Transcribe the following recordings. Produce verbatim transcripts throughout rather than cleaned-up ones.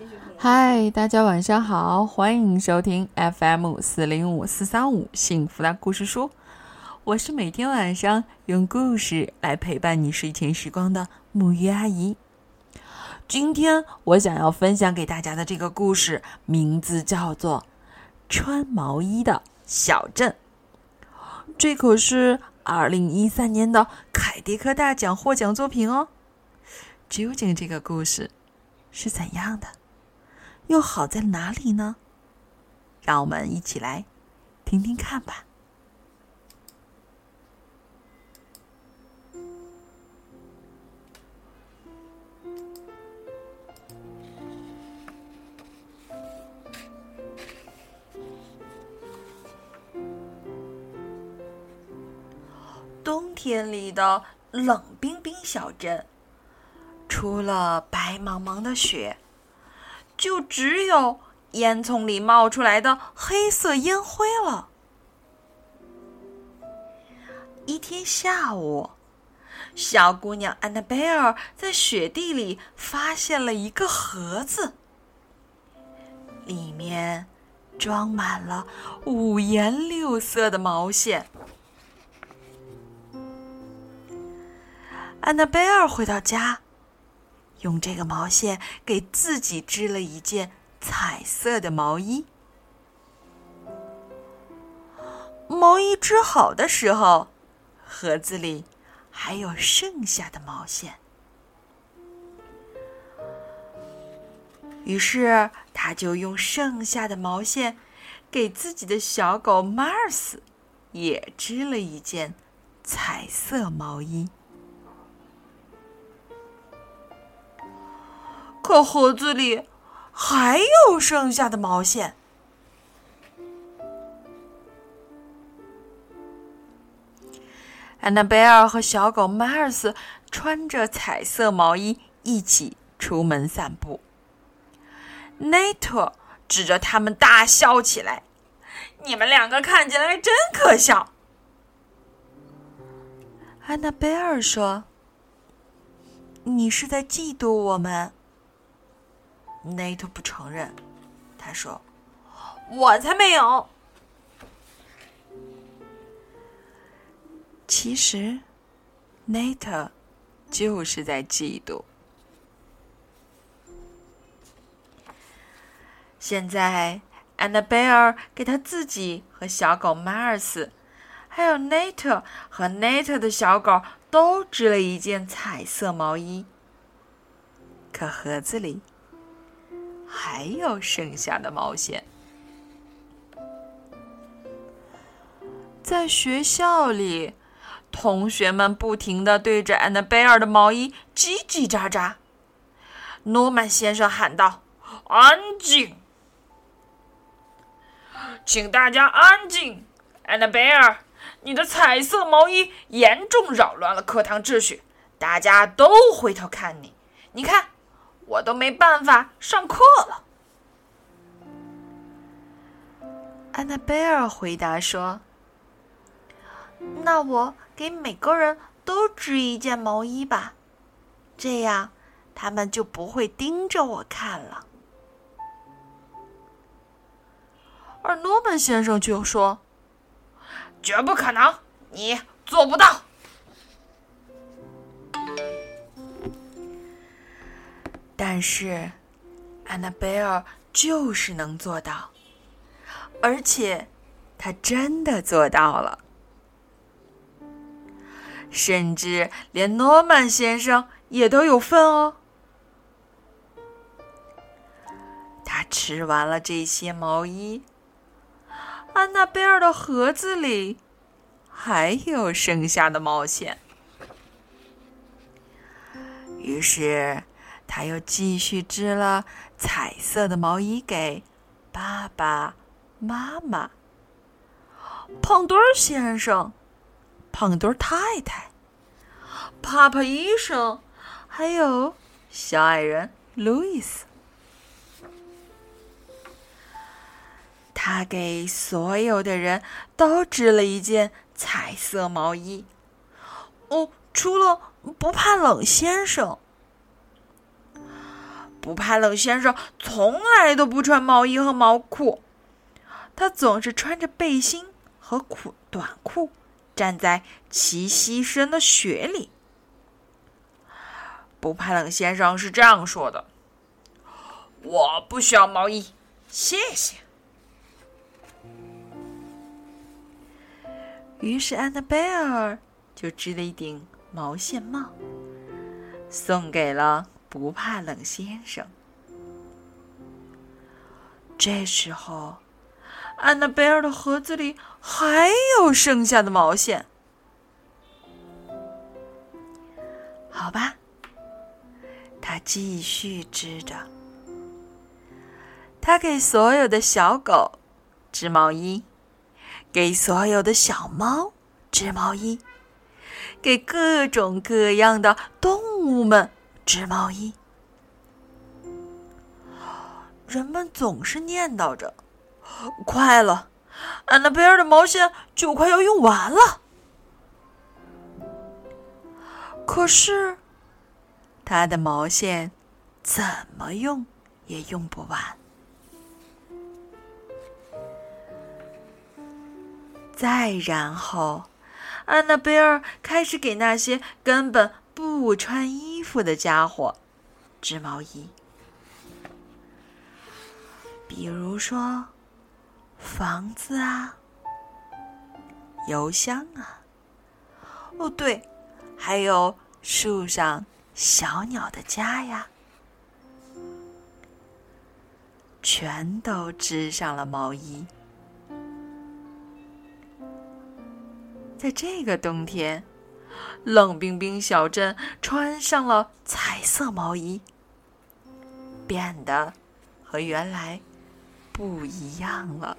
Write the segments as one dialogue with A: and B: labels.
A: 嗨，大家晚上好，欢迎收听 F M 四零五四三五幸福的故事书。我是每天晚上用故事来陪伴你睡前时光的木鱼阿姨。今天我想要分享给大家的这个故事名字叫做穿毛衣的小镇。这可是二零一三年的凯迪克大奖获奖作品哦。究竟这个故事是怎样的，又好在哪里呢？让我们一起来听听看吧。冬天里的冷冰冰小镇，除了白茫茫的雪，就只有烟囱里冒出来的黑色烟灰了。一天下午，小姑娘安娜贝尔在雪地里发现了一个盒子，里面装满了五颜六色的毛线。安娜贝尔回到家，用这个毛线给自己织了一件彩色的毛衣。毛衣织好的时候，盒子里还有剩下的毛线。于是他就用剩下的毛线给自己的小狗马尔斯也织了一件彩色毛衣。可盒子里还有剩下的毛线。安娜贝尔和小狗马尔斯穿着彩色毛衣一起出门散步。内特指着他们大笑起来：“你们两个看起来真可笑。”安娜贝尔说：“你是在嫉妒我们？”内特不承认，他说：“我才没有。”其实，内特就是在嫉妒。现在，安娜贝尔给他自己和小狗马尔斯，还有内特和内特的小狗都织了一件彩色毛衣。可盒子里还有剩下的毛线。在学校里，同学们不停地对着安娜贝尔的毛衣叽叽喳喳。诺曼先生喊道：“安静！请大家安静！安娜贝尔，你的彩色毛衣严重扰乱了课堂秩序，大家都回头看你。你看，我都没办法上课了。”安娜贝尔回答说：“那我给每个人都织一件毛衣吧，这样他们就不会盯着我看了。”而诺曼先生就说：“绝不可能，你做不到。”但是安娜贝尔就是能做到，而且她真的做到了。甚至连诺曼先生也都有份哦。他吃完了这些毛衣，安娜贝尔的盒子里还有剩下的毛线。于是他又继续织了彩色的毛衣给爸爸妈妈、胖墩儿先生、胖墩儿太太、帕帕医生，还有小矮人路易斯。他给所有的人都织了一件彩色毛衣，哦，除了不怕冷先生。 不怕冷先生从来都不穿毛衣和毛裤，他总是穿着背心和裤短裤，站在齐膝深的雪里。不怕冷先生是这样说的：我不需要毛衣，谢谢。于是安娜贝尔就织了一顶毛线帽，送给了不怕冷先生。这时候，安娜贝尔的盒子里还有剩下的毛线。好吧，她继续织着。她给所有的小狗织毛衣，给所有的小猫织毛衣，给各种各样的动物们织毛衣。人们总是念叨着：快了，安娜贝尔的毛线就快要用完了。可是，她的毛线怎么用也用不完。再然后，安娜贝尔开始给那些根本不穿衣服的家伙织毛衣，比如说房子啊，邮箱啊，哦对，还有树上小鸟的家呀，全都织上了毛衣。在这个冬天，冷冰冰小镇穿上了彩色毛衣，变得和原来不一样了。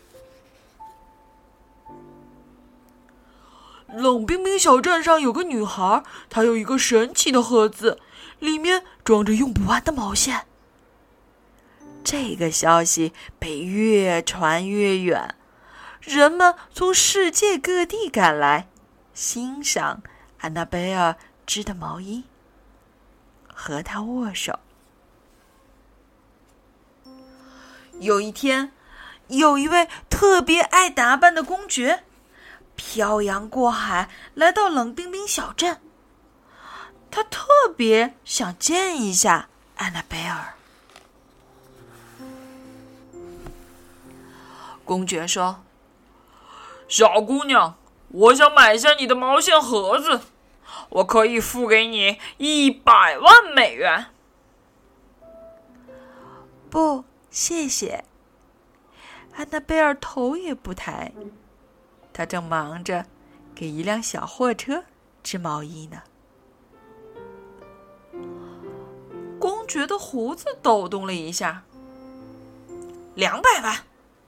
A: 冷冰冰小镇上有个女孩，她有一个神奇的盒子，里面装着用不完的毛线。这个消息被越传越远，人们从世界各地赶来，欣赏安娜贝尔织的毛衣，和她握手。有一天，有一位特别爱打扮的公爵漂洋过海来到冷冰冰小镇，他特别想见一下安娜贝尔。公爵说：小姑娘，我想买下你的毛线盒子，我可以付给你一百万美元。不，谢谢。安娜贝尔头也不抬，她正忙着给一辆小货车织毛衣呢。公爵的胡子抖动了一下。两百万。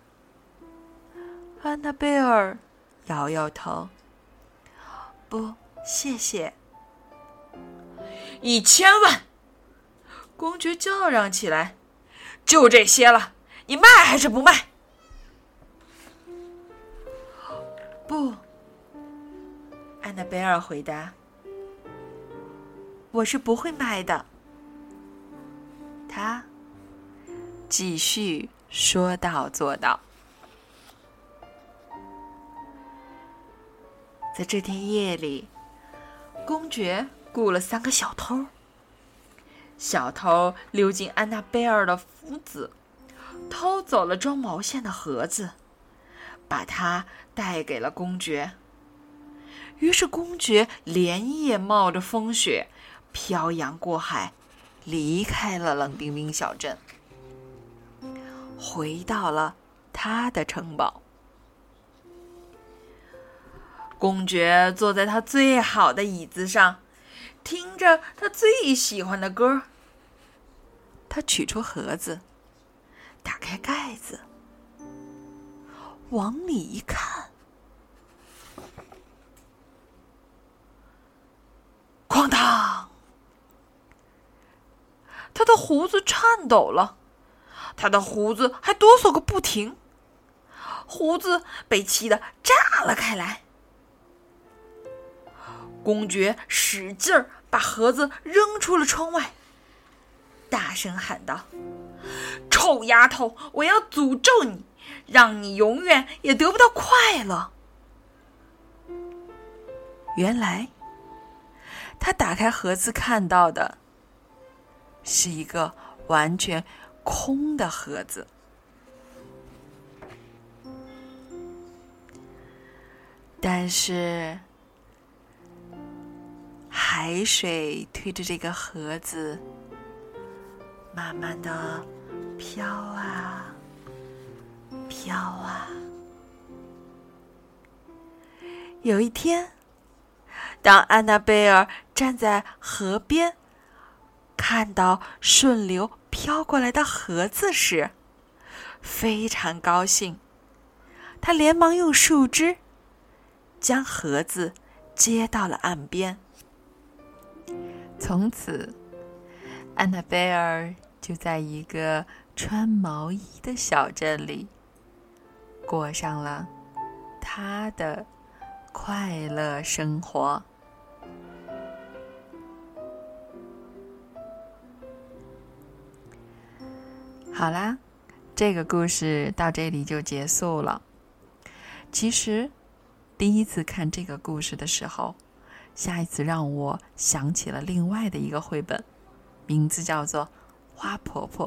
A: 安娜贝尔摇摇头。不，谢谢。一千万！公爵叫嚷起来。就这些了，你卖还是不卖？不，安娜贝尔回答。我是不会卖的。他继续说到做到。在这天夜里，公爵雇了三个小偷。小偷溜进安娜贝尔的屋子，偷走了装毛线的盒子，把它带给了公爵。于是公爵连夜冒着风雪，漂洋过海，离开了冷冰冰小镇，回到了他的城堡。公爵坐在他最好的椅子上，听着他最喜欢的歌。他取出盒子，打开盖子，往里一看，哐当！他的胡子颤抖了，他的胡子还哆嗦个不停，胡子被气得炸了开来。公爵使劲儿把盒子扔出了窗外。 大声喊道：臭丫头，我要诅咒你，让你永远也得不到快乐。原来他打开盒子看到的是一个完全空的盒子。但是海水推着这个盒子慢慢的飘啊飘啊。有一天，当安娜贝尔站在河边看到顺流飘过来的盒子时，非常高兴，她连忙用树枝将盒子接到了岸边。从此，安娜贝尔就在一个穿毛衣的小镇里，过上了她的快乐生活。好啦，这个故事到这里就结束了。其实第一次看这个故事的时候，下一次让我想起了另外的一个绘本，名字叫做《花婆婆》。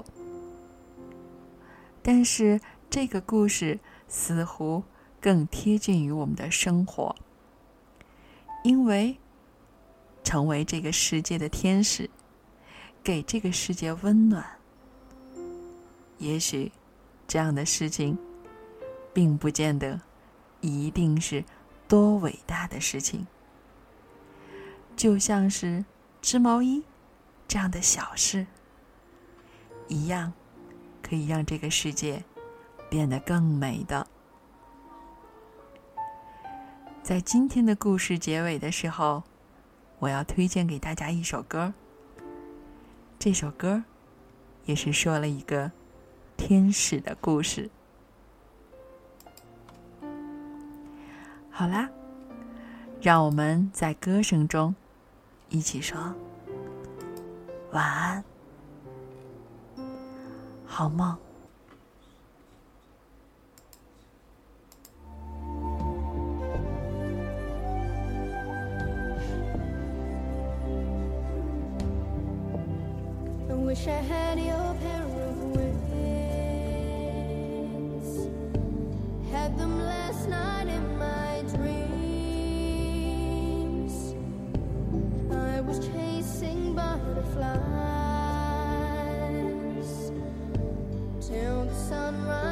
A: 但是这个故事似乎更贴近于我们的生活，因为成为这个世界的天使，给这个世界温暖，也许这样的事情并不见得一定是多伟大的事情，就像是织毛衣这样的小事一样，可以让这个世界变得更美的。在今天的故事结尾的时候，我要推荐给大家一首歌，这首歌也是说了一个天使的故事。好啦，让我们在歌声中一起说晚安，好梦。
B: I wish I had your pair of wings, had them last night in my dreams. I was chasing butterflies till the sunrise.